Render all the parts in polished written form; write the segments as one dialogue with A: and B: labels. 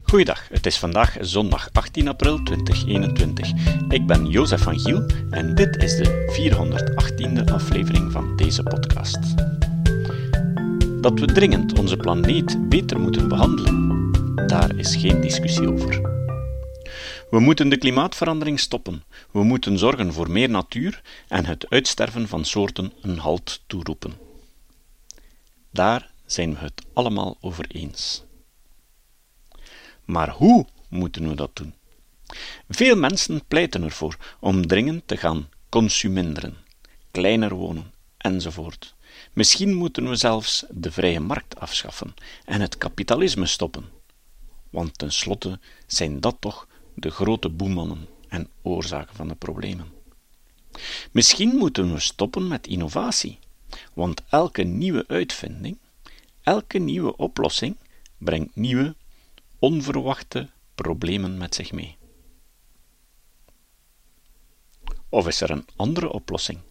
A: Goeiedag, het is vandaag zondag 18 april 2021. Ik ben Jozef van Giel en dit is de 418e aflevering van deze podcast. Dat we dringend onze planeet beter moeten behandelen, daar is geen discussie over. We moeten de klimaatverandering stoppen, we moeten zorgen voor meer natuur en het uitsterven van soorten een halt toeroepen. Daar zijn we het allemaal over eens. Maar hoe moeten we dat doen? Veel mensen pleiten ervoor om dringend te gaan consuminderen, kleiner wonen, enzovoort. Misschien moeten we zelfs de vrije markt afschaffen en het kapitalisme stoppen. Want tenslotte zijn dat toch de grote boemannen en oorzaken van de problemen. Misschien moeten we stoppen met innovatie, want elke nieuwe uitvinding, elke nieuwe oplossing brengt nieuwe, onverwachte problemen met zich mee. Of is er een andere oplossing?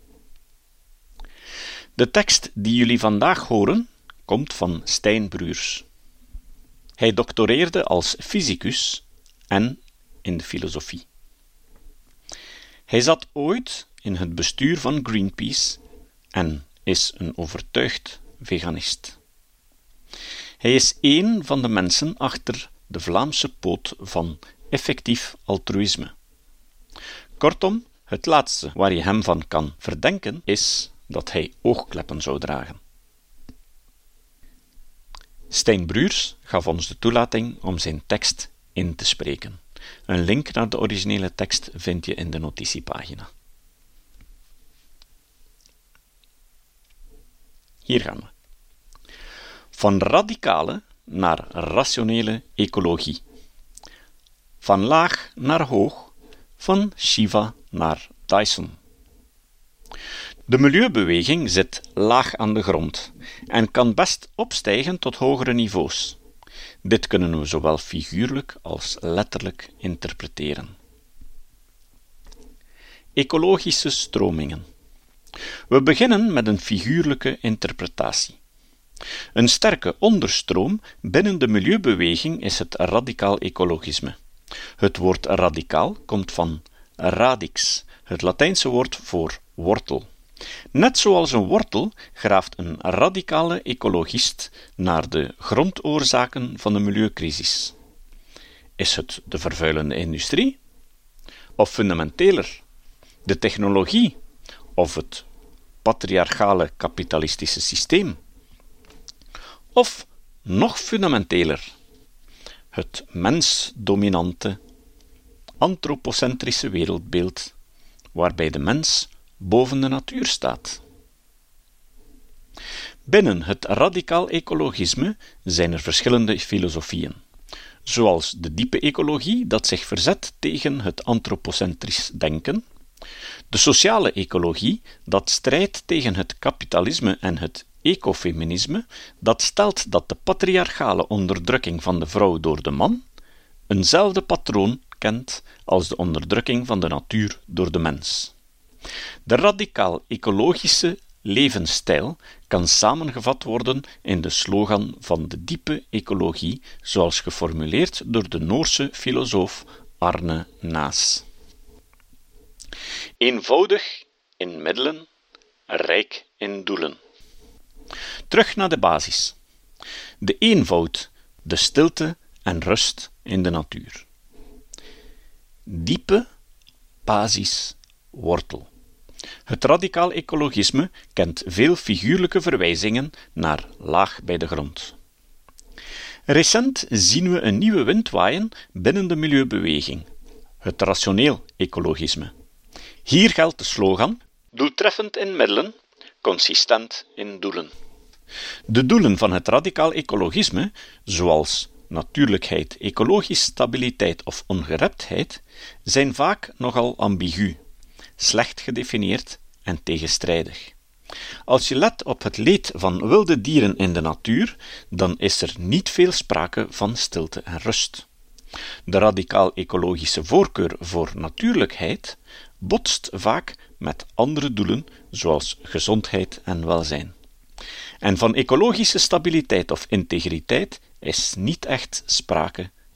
A: De tekst die jullie vandaag horen, komt van Stijn Bruyers. Hij doctoreerde als fysicus en in de filosofie. Hij zat ooit in het bestuur van Greenpeace en is een overtuigd veganist. Hij is één van de mensen achter de Vlaamse poot van effectief altruïsme. Kortom, het laatste waar je hem van kan verdenken is dat hij oogkleppen zou dragen. Stijn Bruyers gaf ons de toelating om zijn tekst in te spreken. Een link naar de originele tekst vind je in de notitiepagina. Hier gaan we. Van radicale naar rationele ecologie. Van laag naar hoog, van Shiva naar Dyson. De milieubeweging zit laag aan de grond en kan best opstijgen tot hogere niveaus. Dit kunnen we zowel figuurlijk als letterlijk interpreteren. Ecologische stromingen. We beginnen met een figuurlijke interpretatie. Een sterke onderstroom binnen de milieubeweging is het radicaal ecologisme. Het woord radicaal komt van radix, het Latijnse woord voor wortel. Net zoals een wortel graaft een radicale ecologist naar de grondoorzaken van de milieucrisis. Is het de vervuilende industrie? Of fundamenteler, de technologie? Of het patriarchale kapitalistische systeem? Of nog fundamenteler, het mensdominante, antropocentrische wereldbeeld, waarbij de mens boven de natuur staat. Binnen het radicaal ecologisme zijn er verschillende filosofieën, zoals de diepe ecologie dat zich verzet tegen het antropocentrisch denken, de sociale ecologie dat strijdt tegen het kapitalisme en het ecofeminisme dat stelt dat de patriarchale onderdrukking van de vrouw door de man eenzelfde patroon kent als de onderdrukking van de natuur door de mens. De radicaal-ecologische levensstijl kan samengevat worden in de slogan van de diepe ecologie, zoals geformuleerd door de Noorse filosoof Arne Naes. Eenvoudig in middelen, rijk in doelen. Terug naar de basis. De eenvoud, de stilte en rust in de natuur. Diepe basis, wortel. Het radicaal ecologisme kent veel figuurlijke verwijzingen naar laag bij de grond. Recent zien we een nieuwe wind waaien binnen de milieubeweging, het rationeel ecologisme. Hier geldt de slogan: doeltreffend in middelen, consistent in doelen. De doelen van het radicaal ecologisme, zoals natuurlijkheid, ecologische stabiliteit of ongereptheid, zijn vaak nogal ambigu, slecht gedefinieerd en tegenstrijdig. Als je let op het leed van wilde dieren in de natuur, dan is er niet veel sprake van stilte en rust. De radicaal-ecologische voorkeur voor natuurlijkheid botst vaak met andere doelen, zoals gezondheid en welzijn. En van ecologische stabiliteit of integriteit is niet echt sprake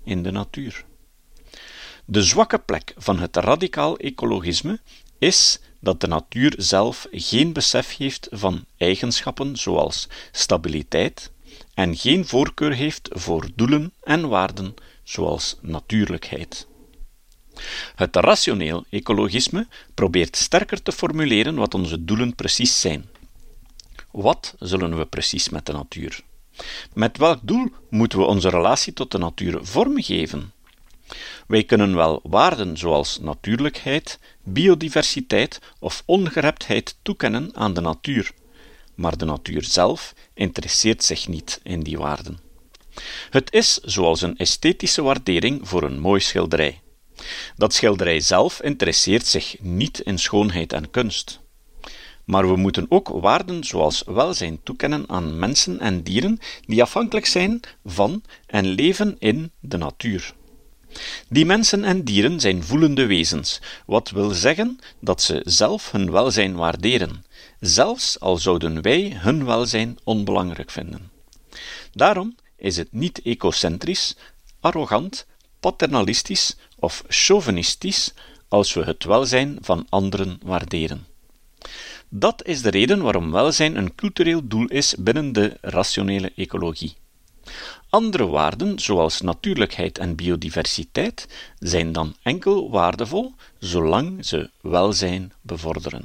A: in de natuur. De zwakke plek van het radicaal ecologisme is dat de natuur zelf geen besef heeft van eigenschappen zoals stabiliteit en geen voorkeur heeft voor doelen en waarden zoals natuurlijkheid. Het rationeel ecologisme probeert sterker te formuleren wat onze doelen precies zijn. Wat zullen we precies met de natuur? Met welk doel moeten we onze relatie tot de natuur vormgeven? Wij kunnen wel waarden zoals natuurlijkheid, biodiversiteit of ongereptheid toekennen aan de natuur, maar de natuur zelf interesseert zich niet in die waarden. Het is zoals een esthetische waardering voor een mooi schilderij. Dat schilderij zelf interesseert zich niet in schoonheid en kunst. Maar we moeten ook waarden zoals welzijn toekennen aan mensen en dieren die afhankelijk zijn van en leven in de natuur. Die mensen en dieren zijn voelende wezens, wat wil zeggen dat ze zelf hun welzijn waarderen, zelfs al zouden wij hun welzijn onbelangrijk vinden. Daarom is het niet egocentrisch, arrogant, paternalistisch of chauvinistisch als we het welzijn van anderen waarderen. Dat is de reden waarom welzijn een cultureel doel is binnen de rationele ecologie. Andere waarden, zoals natuurlijkheid en biodiversiteit, zijn dan enkel waardevol zolang ze welzijn bevorderen.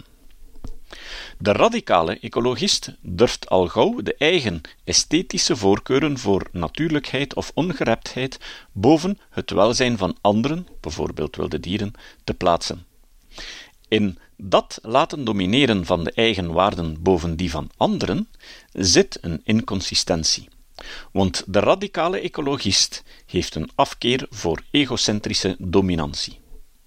A: De radicale ecologist durft al gauw de eigen esthetische voorkeuren voor natuurlijkheid of ongereptheid boven het welzijn van anderen, bijvoorbeeld wilde dieren, te plaatsen. In dat laten domineren van de eigen waarden boven die van anderen zit een inconsistentie. Want de radicale ecologist heeft een afkeer voor egocentrische dominantie.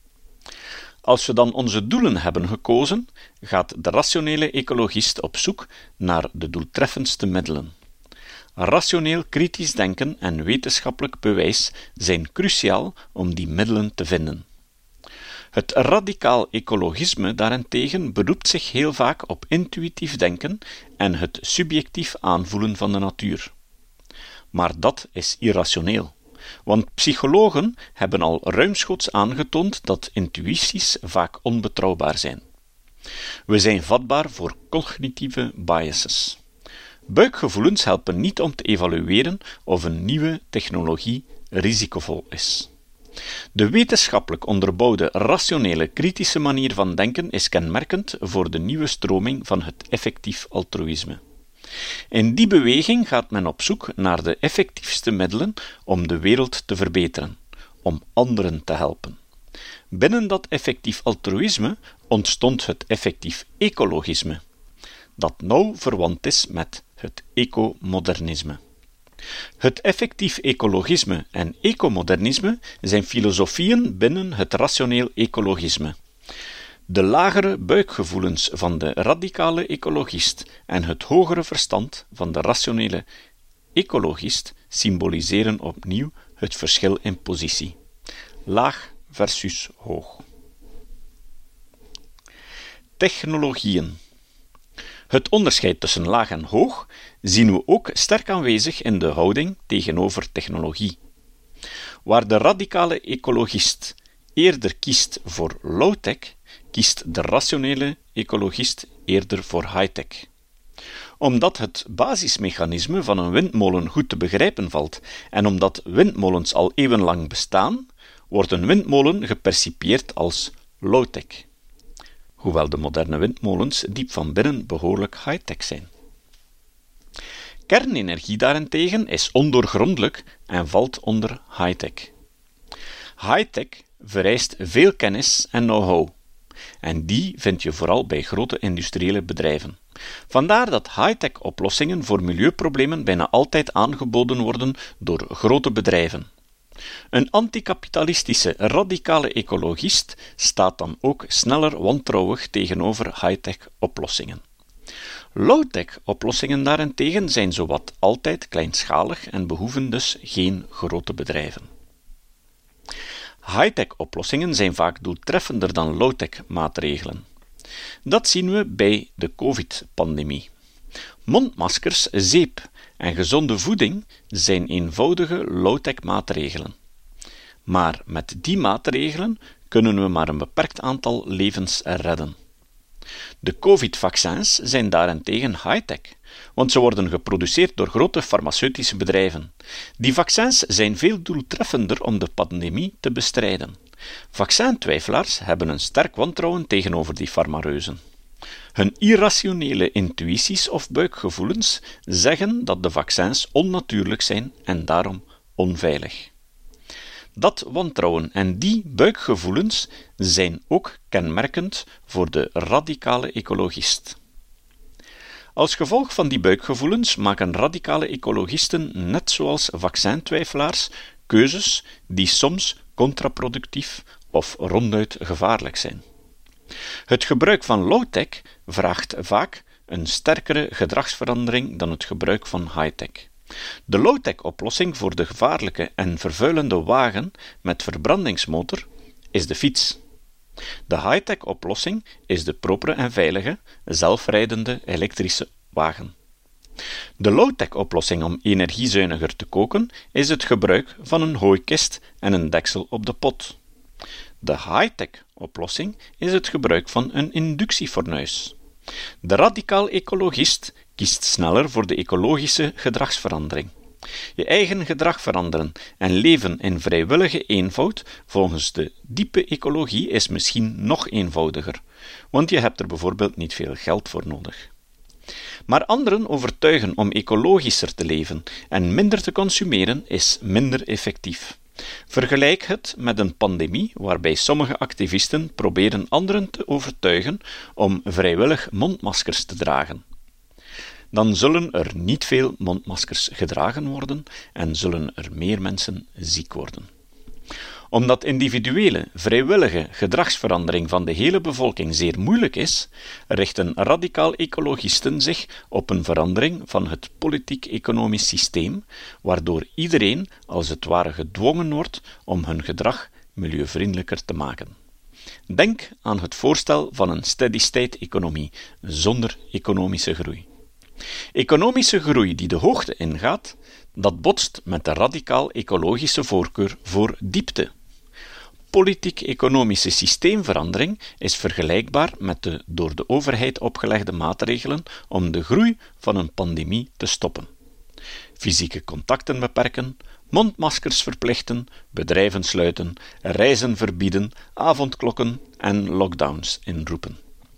A: Als we dan onze doelen hebben gekozen, gaat de rationele ecologist op zoek naar de doeltreffendste middelen. Rationeel kritisch denken en wetenschappelijk bewijs zijn cruciaal om die middelen te vinden. Het radicaal ecologisme daarentegen beroept zich heel vaak op intuïtief denken en het subjectief aanvoelen van de natuur. Maar dat is irrationeel, want psychologen hebben al ruimschoots aangetoond dat intuïties vaak onbetrouwbaar zijn. We zijn vatbaar voor cognitieve biases. Buikgevoelens helpen niet om te evalueren of een nieuwe technologie risicovol is. De wetenschappelijk onderbouwde, rationele, kritische manier van denken is kenmerkend voor de nieuwe stroming van het effectief altruïsme. In die beweging gaat men op zoek naar de effectiefste middelen om de wereld te verbeteren, om anderen te helpen. Binnen dat effectief altruïsme ontstond het effectief ecologisme, dat nauw verwant is met het ecomodernisme. Het effectief ecologisme en ecomodernisme zijn filosofieën binnen het rationeel ecologisme. De lagere buikgevoelens van de radicale ecologist en het hogere verstand van de rationele ecologist symboliseren opnieuw het verschil in positie. Laag versus hoog. Technologieën. Het onderscheid tussen laag en hoog zien we ook sterk aanwezig in de houding tegenover technologie. Waar de radicale ecologist eerder kiest voor low-tech, kiest de rationele ecologist eerder voor high-tech. Omdat het basismechanisme van een windmolen goed te begrijpen valt en omdat windmolens al eeuwenlang bestaan, wordt een windmolen gepercipieerd als low-tech. Hoewel de moderne windmolens diep van binnen behoorlijk high-tech zijn. Kernenergie daarentegen is ondoorgrondelijk en valt onder high-tech. High-tech vereist veel kennis en know-how, en die vind je vooral bij grote industriële bedrijven. Vandaar dat high-tech oplossingen voor milieuproblemen bijna altijd aangeboden worden door grote bedrijven. Een anticapitalistische, radicale ecologist staat dan ook sneller wantrouwig tegenover high-tech oplossingen. Low-tech oplossingen daarentegen zijn zowat altijd kleinschalig en behoeven dus geen grote bedrijven. High-tech oplossingen zijn vaak doeltreffender dan low-tech maatregelen. Dat zien we bij de COVID-pandemie. Mondmaskers, zeep en gezonde voeding zijn eenvoudige low-tech maatregelen. Maar met die maatregelen kunnen we maar een beperkt aantal levens redden. De COVID-vaccins zijn daarentegen high-tech, want ze worden geproduceerd door grote farmaceutische bedrijven. Die vaccins zijn veel doeltreffender om de pandemie te bestrijden. Vaccintwijfelaars hebben een sterk wantrouwen tegenover die farmareuzen. Hun irrationele intuïties of buikgevoelens zeggen dat de vaccins onnatuurlijk zijn en daarom onveilig. Dat wantrouwen en die buikgevoelens zijn ook kenmerkend voor de radicale ecologist. Als gevolg van die buikgevoelens maken radicale ecologisten, net zoals vaccintwijfelaars, keuzes die soms contraproductief of ronduit gevaarlijk zijn. Het gebruik van low-tech vraagt vaak een sterkere gedragsverandering dan het gebruik van high-tech. De low-tech-oplossing voor de gevaarlijke en vervuilende wagen met verbrandingsmotor is de fiets. De high-tech-oplossing is de propere en veilige, zelfrijdende elektrische wagen. De low-tech-oplossing om energiezuiniger te koken is het gebruik van een hooikist en een deksel op de pot. De high-tech-oplossing is het gebruik van een inductiefornuis. De radicaal ecologist kiest sneller voor de ecologische gedragsverandering. Je eigen gedrag veranderen en leven in vrijwillige eenvoud volgens de diepe ecologie is misschien nog eenvoudiger, want je hebt er bijvoorbeeld niet veel geld voor nodig. Maar anderen overtuigen om ecologischer te leven en minder te consumeren is minder effectief. Vergelijk het met een pandemie waarbij sommige activisten proberen anderen te overtuigen om vrijwillig mondmaskers te dragen. Dan zullen er niet veel mondmaskers gedragen worden en zullen er meer mensen ziek worden. Omdat individuele, vrijwillige gedragsverandering van de hele bevolking zeer moeilijk is, richten radicaal ecologisten zich op een verandering van het politiek-economisch systeem, waardoor iedereen als het ware gedwongen wordt om hun gedrag milieuvriendelijker te maken. Denk aan het voorstel van een steady-state-economie zonder economische groei. Economische groei die de hoogte ingaat, dat botst met de radicaal-ecologische voorkeur voor diepte. Politiek-economische systeemverandering is vergelijkbaar met de door de overheid opgelegde maatregelen om de groei van een pandemie te stoppen. Fysieke contacten beperken, mondmaskers verplichten, bedrijven sluiten, reizen verbieden, avondklokken en lockdowns inroepen.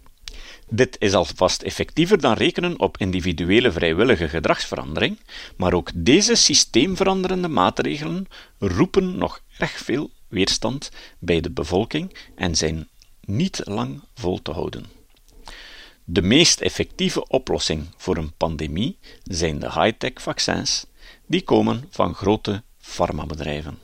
A: Dit is alvast effectiever dan rekenen op individuele vrijwillige gedragsverandering, maar ook deze systeemveranderende maatregelen roepen nog erg veel weerstand bij de bevolking en zijn niet lang vol te houden. De meest effectieve oplossing voor een pandemie zijn de high-tech vaccins, die komen van grote farmabedrijven.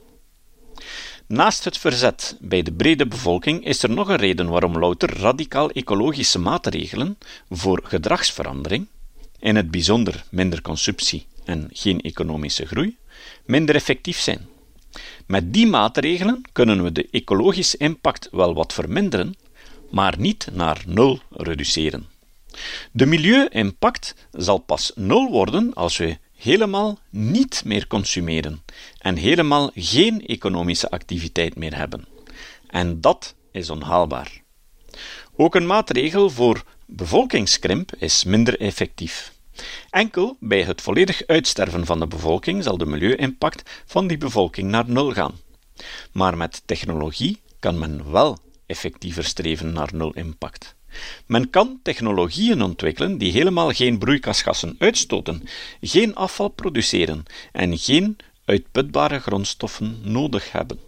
A: Naast het verzet bij de brede bevolking is er nog een reden waarom louter radicaal ecologische maatregelen voor gedragsverandering, in het bijzonder minder consumptie en geen economische groei, minder effectief zijn. Met die maatregelen kunnen we de ecologische impact wel wat verminderen, maar niet naar nul reduceren. De milieu-impact zal pas nul worden als we helemaal niet meer consumeren en helemaal geen economische activiteit meer hebben. En dat is onhaalbaar. Ook een maatregel voor bevolkingskrimp is minder effectief. Enkel bij het volledig uitsterven van de bevolking zal de milieu-impact van die bevolking naar nul gaan. Maar met technologie kan men wel effectiever streven naar nul-impact. Men kan technologieën ontwikkelen die helemaal geen broeikasgassen uitstoten, geen afval produceren en geen uitputbare grondstoffen nodig hebben.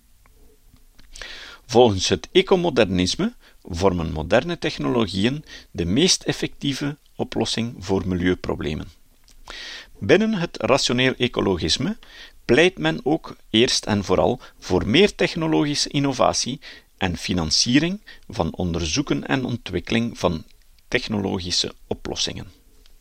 A: Volgens het ecomodernisme vormen moderne technologieën de meest effectieve oplossing voor milieuproblemen. Binnen het rationeel ecologisme pleit men ook eerst en vooral voor meer technologische innovatie en financiering van onderzoeken en ontwikkeling van technologische oplossingen.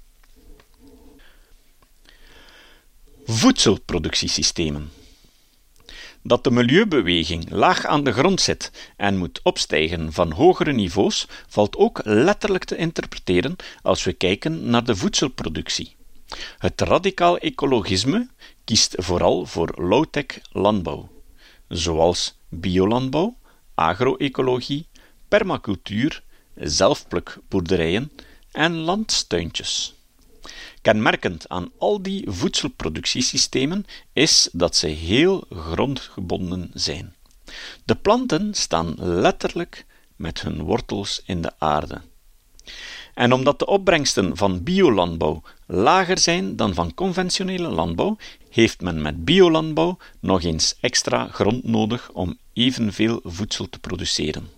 A: Voedselproductiesystemen. Dat de milieubeweging laag aan de grond zit en moet opstijgen van hogere niveaus, valt ook letterlijk te interpreteren als we kijken naar de voedselproductie. Het radicaal ecologisme kiest vooral voor low-tech landbouw. zoals biolandbouw, agro-ecologie, permacultuur, zelfplukboerderijen en landstuintjes. Kenmerkend aan al die voedselproductiesystemen is dat ze heel grondgebonden zijn. De planten staan letterlijk met hun wortels in de aarde. En omdat de opbrengsten van biolandbouw lager zijn dan van conventionele landbouw, heeft men met biolandbouw nog eens extra grond nodig om evenveel voedsel te produceren.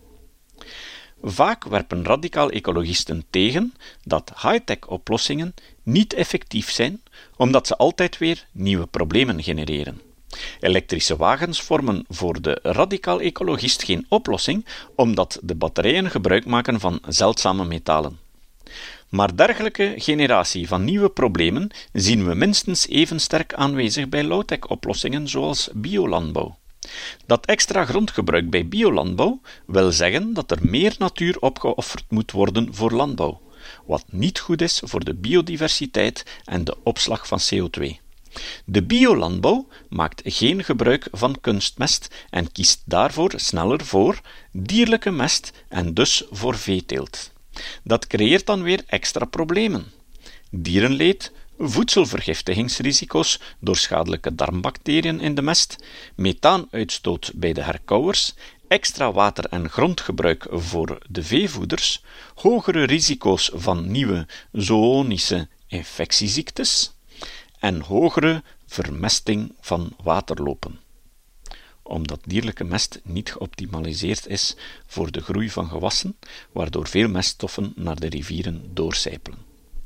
A: Vaak werpen radicaal-ecologisten tegen dat high-tech oplossingen niet effectief zijn, omdat ze altijd weer nieuwe problemen genereren. Elektrische wagens vormen voor de radicaal-ecologist geen oplossing, omdat de batterijen gebruik maken van zeldzame metalen. Maar dergelijke generatie van nieuwe problemen zien we minstens even sterk aanwezig bij low-tech oplossingen zoals biolandbouw. Dat extra grondgebruik bij biolandbouw wil zeggen dat er meer natuur opgeofferd moet worden voor landbouw, wat niet goed is voor de biodiversiteit en de opslag van CO2. De biolandbouw maakt geen gebruik van kunstmest en kiest daarvoor sneller voor dierlijke mest en dus voor veeteelt. Dat creëert dan weer extra problemen. Dierenleed, voedselvergiftigingsrisico's door schadelijke darmbacteriën in de mest, methaanuitstoot bij de herkauwers, extra water- en grondgebruik voor de veevoeders, hogere risico's van nieuwe zoonische infectieziektes en hogere vermesting van waterlopen, omdat dierlijke mest niet geoptimaliseerd is voor de groei van gewassen, waardoor veel meststoffen naar de rivieren doorcijpelen.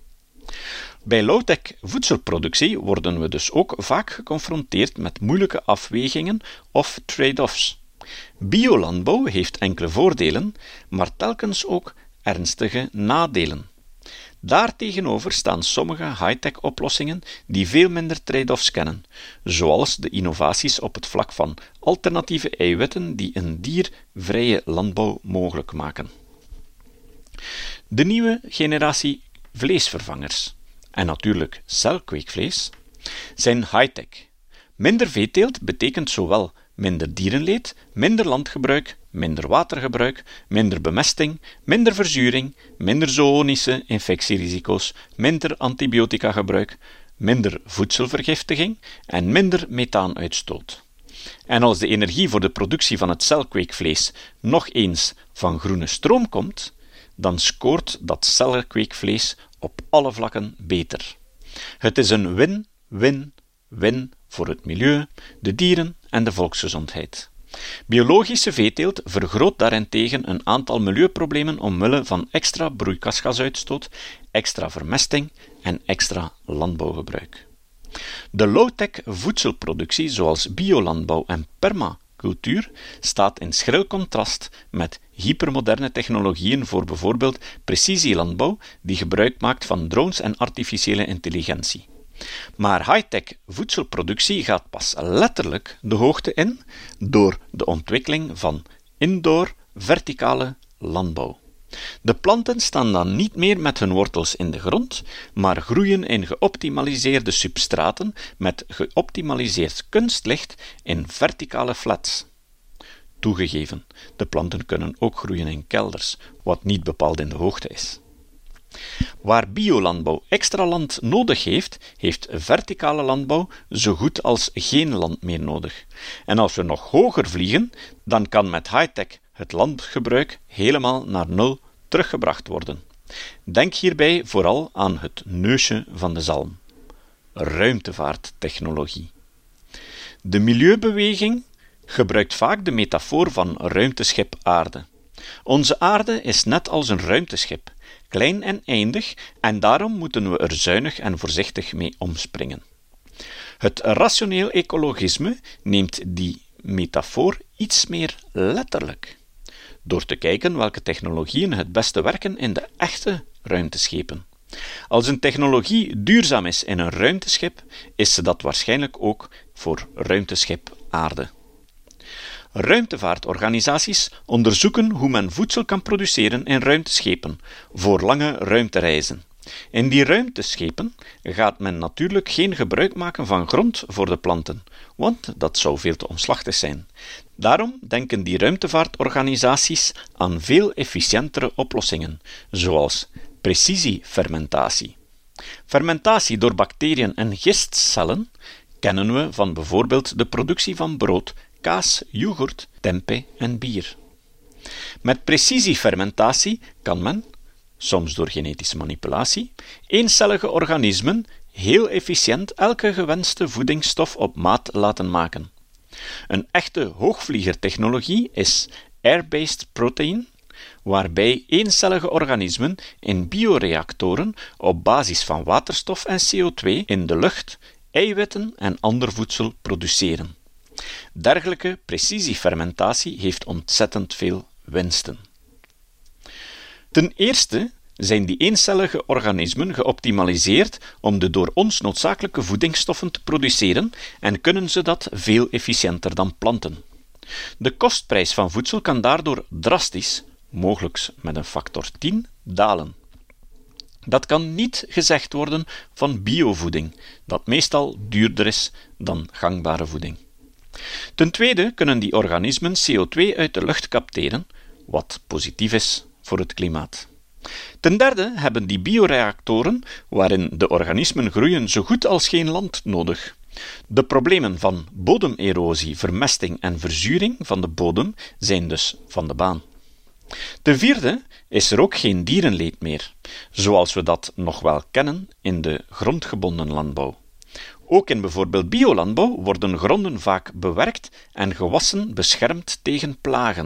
A: Bij low-tech voedselproductie worden we dus ook vaak geconfronteerd met moeilijke afwegingen of trade-offs. Biolandbouw heeft enkele voordelen, maar telkens ook ernstige nadelen. Daartegenover staan sommige high-tech oplossingen die veel minder trade-offs kennen, zoals de innovaties op het vlak van alternatieve eiwitten die een diervrije landbouw mogelijk maken. De nieuwe generatie vleesvervangers, en natuurlijk celkweekvlees, zijn high-tech. Minder veeteelt betekent zowel minder dierenleed, minder landgebruik, minder watergebruik, minder bemesting, minder verzuring, minder zoonische infectierisico's, minder antibiotica-gebruik, minder voedselvergiftiging en minder methaanuitstoot. En als de energie voor de productie van het celkweekvlees nog eens van groene stroom komt, dan scoort dat celkweekvlees op alle vlakken beter. Het is een win-win-win voor het milieu, de dieren en de volksgezondheid. Biologische veeteelt vergroot daarentegen een aantal milieuproblemen omwille van extra broeikasgasuitstoot, extra vermesting en extra landbouwgebruik. De low-tech voedselproductie, zoals biolandbouw en permacultuur, staat in schril contrast met hypermoderne technologieën voor bijvoorbeeld precisielandbouw, die gebruik maakt van drones en artificiële intelligentie. Maar high-tech voedselproductie gaat pas letterlijk de hoogte in door de ontwikkeling van indoor verticale landbouw. De planten staan dan niet meer met hun wortels in de grond, maar groeien in geoptimaliseerde substraten met geoptimaliseerd kunstlicht in verticale flats. Toegegeven, de planten kunnen ook groeien in kelders, wat niet bepaald in de hoogte is. Waar biolandbouw extra land nodig heeft, heeft verticale landbouw zo goed als geen land meer nodig. En als we nog hoger vliegen, dan kan met high-tech het landgebruik helemaal naar nul teruggebracht worden. Denk hierbij vooral aan het neusje van de zalm: ruimtevaarttechnologie. De milieubeweging gebruikt vaak de metafoor van ruimteschip aarde. Onze aarde is net als een ruimteschip, klein en eindig, en daarom moeten we er zuinig en voorzichtig mee omspringen. Het rationeel ecologisme neemt die metafoor iets meer letterlijk, door te kijken welke technologieën het beste werken in de echte ruimteschepen. Als een technologie duurzaam is in een ruimteschip, is ze dat waarschijnlijk ook voor ruimteschip aarde. Ruimtevaartorganisaties onderzoeken hoe men voedsel kan produceren in ruimteschepen voor lange ruimtereizen. In die ruimteschepen gaat men natuurlijk geen gebruik maken van grond voor de planten, want dat zou veel te omslachtig zijn. Daarom denken die ruimtevaartorganisaties aan veel efficiëntere oplossingen, zoals precisiefermentatie. Fermentatie door bacteriën en gistcellen kennen we van bijvoorbeeld de productie van brood, kaas, yoghurt, tempeh en bier. Met precisiefermentatie kan men, soms door genetische manipulatie, eencellige organismen heel efficiënt elke gewenste voedingsstof op maat laten maken. Een echte hoogvliegertechnologie is air-based protein, waarbij eencellige organismen in bioreactoren op basis van waterstof en CO2 in de lucht eiwitten en ander voedsel produceren. Dergelijke precisiefermentatie heeft ontzettend veel winsten. Ten eerste zijn die eencellige organismen geoptimaliseerd om de door ons noodzakelijke voedingsstoffen te produceren en kunnen ze dat veel efficiënter dan planten. De kostprijs van voedsel kan daardoor drastisch, mogelijk met een factor 10, dalen. Dat kan niet gezegd worden van biovoeding, dat meestal duurder is dan gangbare voeding. Ten tweede kunnen die organismen CO2 uit de lucht capteren, wat positief is voor het klimaat. Ten derde hebben die bioreactoren, waarin de organismen groeien, zo goed als geen land nodig. De problemen van bodemerosie, vermesting en verzuring van de bodem zijn dus van de baan. Ten vierde is er ook geen dierenleed meer, zoals we dat nog wel kennen in de grondgebonden landbouw. Ook in bijvoorbeeld biolandbouw worden gronden vaak bewerkt en gewassen beschermd tegen plagen.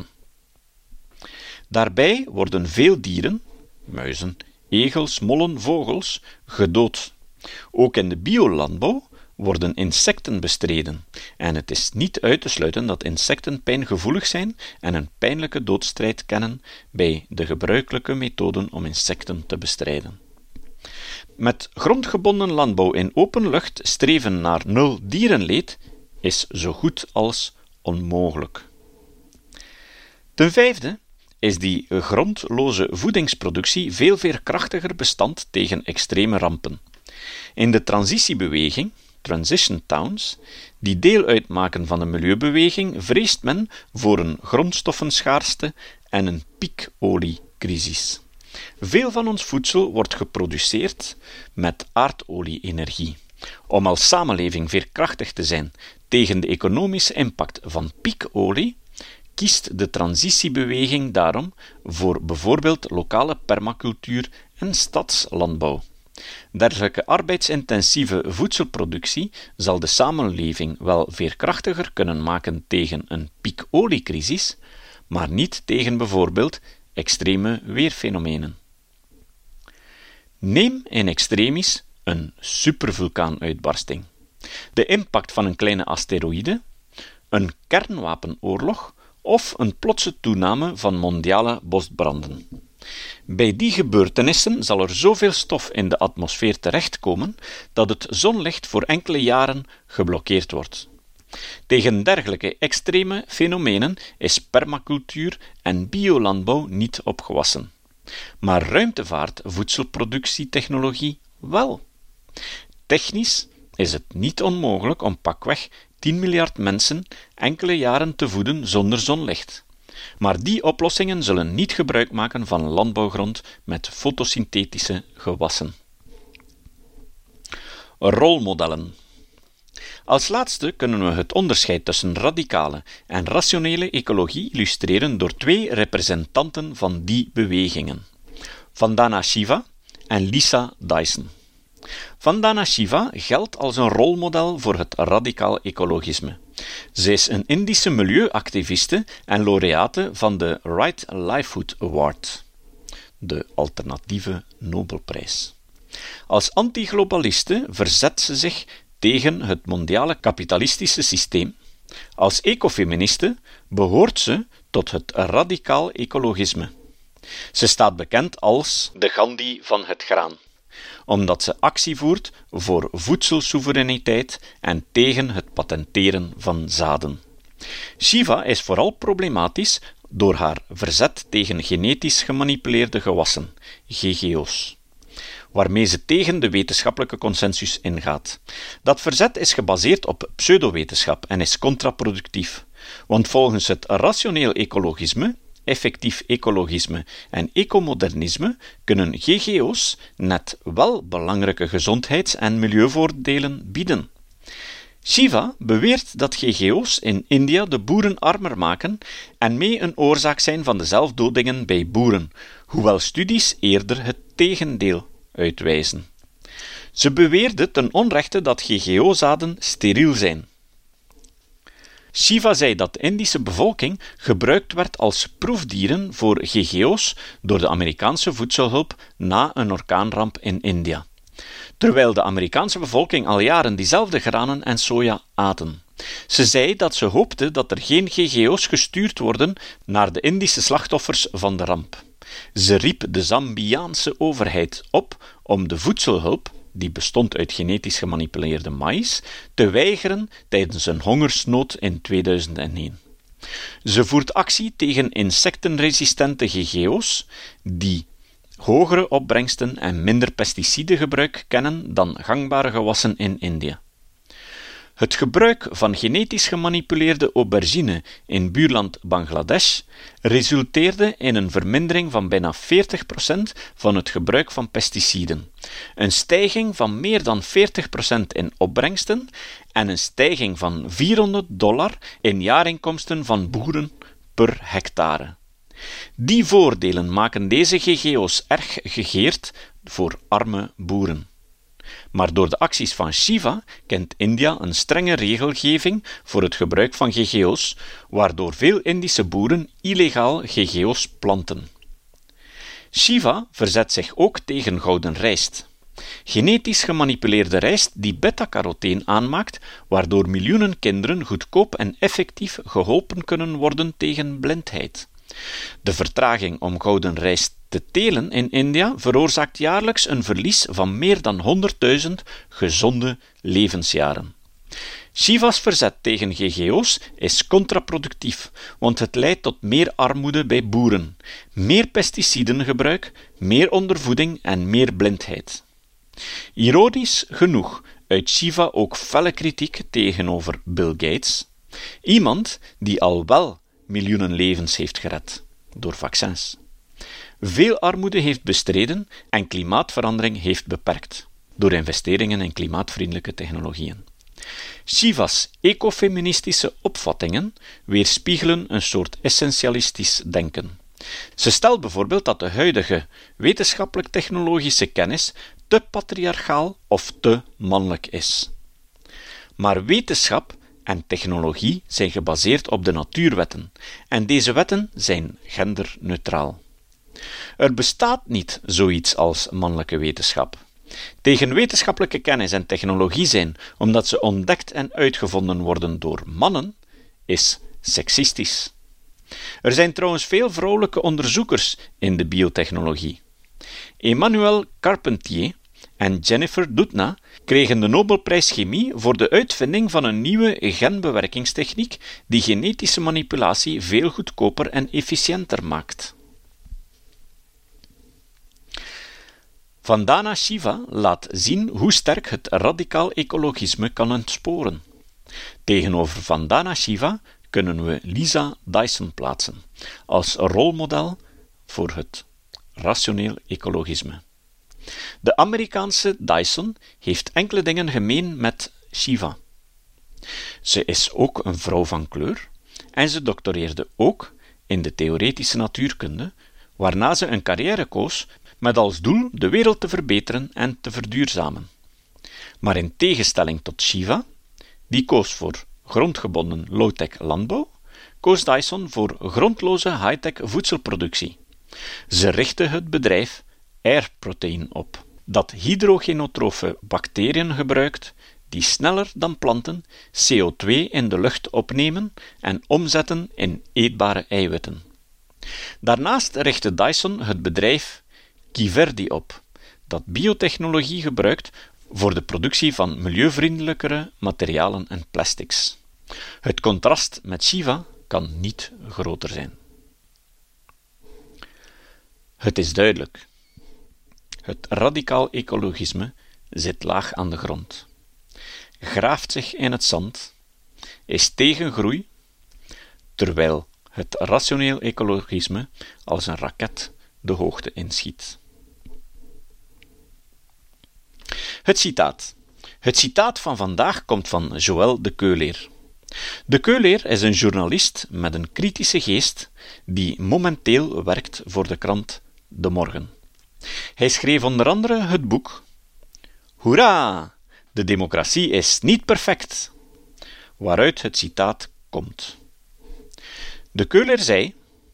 A: Daarbij worden veel dieren, muizen, egels, mollen, vogels, gedood. Ook in de biolandbouw worden insecten bestreden en het is niet uit te sluiten dat insecten pijngevoelig zijn en een pijnlijke doodstrijd kennen bij de gebruikelijke methoden om insecten te bestrijden. Met grondgebonden landbouw in open lucht streven naar 0 dierenleed is zo goed als onmogelijk. Ten vijfde is die grondloze voedingsproductie veel veerkrachtiger bestand tegen extreme rampen. In de transitiebeweging, transition towns, die deel uitmaken van de milieubeweging, vreest men voor een grondstoffenschaarste en een piekoliecrisis. Veel van ons voedsel wordt geproduceerd met aardolie-energie. Om als samenleving veerkrachtig te zijn tegen de economische impact van piekolie, kiest de transitiebeweging daarom voor bijvoorbeeld lokale permacultuur en stadslandbouw. Dergelijke arbeidsintensieve voedselproductie zal de samenleving wel veerkrachtiger kunnen maken tegen een piekoliecrisis, maar niet tegen bijvoorbeeld extreme weerfenomenen. Neem in extremis een supervulkaanuitbarsting, de impact van een kleine asteroïde, een kernwapenoorlog of een plotse toename van mondiale bosbranden. Bij die gebeurtenissen zal er zoveel stof in de atmosfeer terechtkomen dat het zonlicht voor enkele jaren geblokkeerd wordt. Tegen dergelijke extreme fenomenen is permacultuur en biolandbouw niet opgewassen. Maar ruimtevaart, voedselproductietechnologie wel. Technisch is het niet onmogelijk om pakweg 10 miljard mensen enkele jaren te voeden zonder zonlicht. Maar die oplossingen zullen niet gebruik maken van landbouwgrond met fotosynthetische gewassen. Rolmodellen. Als laatste kunnen we het onderscheid tussen radicale en rationele ecologie illustreren door 2 representanten van die bewegingen: Vandana Shiva en Lisa Dyson. Vandana Shiva geldt als een rolmodel voor het radicaal ecologisme. Zij is een Indische milieuactiviste en laureate van de Right Livelihood Award, de alternatieve Nobelprijs. Als antiglobaliste verzet ze zich tegen het mondiale kapitalistische systeem. Als ecofeministe behoort ze tot het radicaal ecologisme. Ze staat bekend als de Gandhi van het graan, omdat ze actie voert voor voedselsoevereiniteit en tegen het patenteren van zaden. Shiva is vooral problematisch door haar verzet tegen genetisch gemanipuleerde gewassen, GGO's. waarmee ze tegen de wetenschappelijke consensus ingaat. Dat verzet is gebaseerd op pseudowetenschap en is contraproductief, want volgens het rationeel ecologisme, effectief ecologisme en ecomodernisme kunnen GGO's net wel belangrijke gezondheids- en milieuvoordelen bieden. Shiva beweert dat GGO's in India de boeren armer maken en mee een oorzaak zijn van de zelfdodingen bij boeren, hoewel studies eerder het tegendeel uitwijzen. Ze beweerde ten onrechte dat GGO-zaden steriel zijn. Shiva zei dat de Indische bevolking gebruikt werd als proefdieren voor GGO's door de Amerikaanse voedselhulp na een orkaanramp in India, terwijl de Amerikaanse bevolking al jaren diezelfde granen en soja aten. Ze zei dat ze hoopte dat er geen GGO's gestuurd worden naar de Indische slachtoffers van de ramp. Ze riep de Zambiaanse overheid op om de voedselhulp, die bestond uit genetisch gemanipuleerde maïs, te weigeren tijdens een hongersnood in 2001. Ze voert actie tegen insectenresistente GGO's, die hogere opbrengsten en minder pesticidengebruik kennen dan gangbare gewassen in India. Het gebruik van genetisch gemanipuleerde aubergine in buurland Bangladesh resulteerde in een vermindering van bijna 40% van het gebruik van pesticiden, een stijging van meer dan 40% in opbrengsten en een stijging van $400 in jaarinkomsten van boeren per hectare. Die voordelen maken deze GGO's erg gegeerd voor arme boeren. Maar door de acties van Shiva kent India een strenge regelgeving voor het gebruik van GGO's, waardoor veel Indische boeren illegaal GGO's planten. Shiva verzet zich ook tegen gouden rijst. Genetisch gemanipuleerde rijst die beta-caroteen aanmaakt, waardoor miljoenen kinderen goedkoop en effectief geholpen kunnen worden tegen blindheid. De vertraging om gouden rijst te telen in India veroorzaakt jaarlijks een verlies van meer dan 100.000 gezonde levensjaren. Shiva's verzet tegen GGO's is contraproductief, want het leidt tot meer armoede bij boeren, meer pesticidengebruik, meer ondervoeding en meer blindheid. Ironisch genoeg uit Shiva ook felle kritiek tegenover Bill Gates, iemand die al wel miljoenen levens heeft gered door vaccins, veel armoede heeft bestreden en klimaatverandering heeft beperkt door investeringen in klimaatvriendelijke technologieën. Shiva's ecofeministische opvattingen weerspiegelen een soort essentialistisch denken. Ze stelt bijvoorbeeld dat de huidige wetenschappelijk-technologische kennis te patriarchaal of te mannelijk is. Maar wetenschap en technologie zijn gebaseerd op de natuurwetten, en deze wetten zijn genderneutraal. Er bestaat niet zoiets als mannelijke wetenschap. Tegen wetenschappelijke kennis en technologie zijn, omdat ze ontdekt en uitgevonden worden door mannen, is seksistisch. Er zijn trouwens veel vrouwelijke onderzoekers in de biotechnologie. Emmanuelle Carpentier en Jennifer Doudna kregen de Nobelprijs Chemie voor de uitvinding van een nieuwe genbewerkingstechniek die genetische manipulatie veel goedkoper en efficiënter maakt. Vandana Shiva laat zien hoe sterk het radicaal ecologisme kan ontsporen. Tegenover Vandana Shiva kunnen we Lisa Dyson plaatsen als rolmodel voor het rationeel ecologisme. De Amerikaanse Dyson heeft enkele dingen gemeen met Shiva. Ze is ook een vrouw van kleur en ze doctoreerde ook in de theoretische natuurkunde, waarna ze een carrière koos met als doel de wereld te verbeteren en te verduurzamen. Maar in tegenstelling tot Shiva, die koos voor grondgebonden low-tech landbouw, koos Dyson voor grondloze high-tech voedselproductie. Ze richtte het bedrijf Airprotein op, dat hydrogenotrofe bacteriën gebruikt die sneller dan planten CO2 in de lucht opnemen en omzetten in eetbare eiwitten. Daarnaast richtte Dyson het bedrijf Kiverdi op, dat biotechnologie gebruikt voor de productie van milieuvriendelijkere materialen en plastics. Het contrast met Shiva kan niet groter zijn. Het is duidelijk. Het radicaal ecologisme zit laag aan de grond, graaft zich in het zand, is tegen groei, terwijl het rationeel ecologisme als een raket de hoogte inschiet. Het citaat. Het citaat van vandaag komt van Joël de Keuleer. De Keuleer is een journalist met een kritische geest die momenteel werkt voor de krant De Morgen. Hij schreef onder andere het boek Hoera! De democratie is niet perfect, waaruit het citaat komt. De Keuleer zei: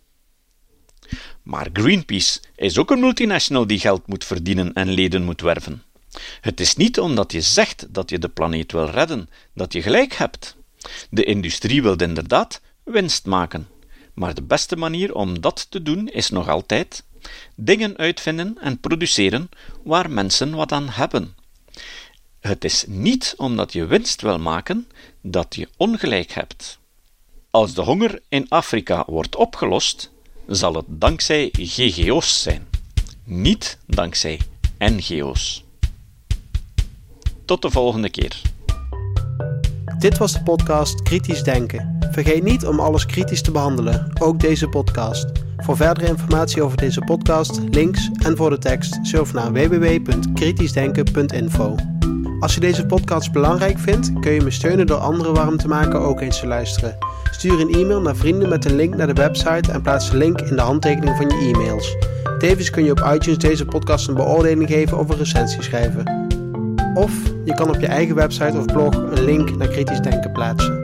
A: maar Greenpeace is ook een multinational die geld moet verdienen en leden moet werven. Het is niet omdat je zegt dat je de planeet wil redden, dat je gelijk hebt. De industrie wil inderdaad winst maken, maar de beste manier om dat te doen is nog altijd dingen uitvinden en produceren waar mensen wat aan hebben. Het is niet omdat je winst wil maken dat je ongelijk hebt. Als de honger in Afrika wordt opgelost, zal het dankzij GGO's zijn, niet dankzij NGO's. Tot de volgende keer.
B: Dit was de podcast Kritisch Denken. Vergeet niet om alles kritisch te behandelen, ook deze podcast. Voor verdere informatie over deze podcast, links en voor de tekst, surf naar www.kritischdenken.info. Als je deze podcast belangrijk vindt, kun je me steunen door anderen warm te maken ook eens te luisteren. Stuur een e-mail naar vrienden met een link naar de website en plaats de link in de handtekening van je e-mails. Tevens kun je op iTunes deze podcast een beoordeling geven of een recensie schrijven. Of je kan op je eigen website of blog een link naar Kritisch Denken plaatsen.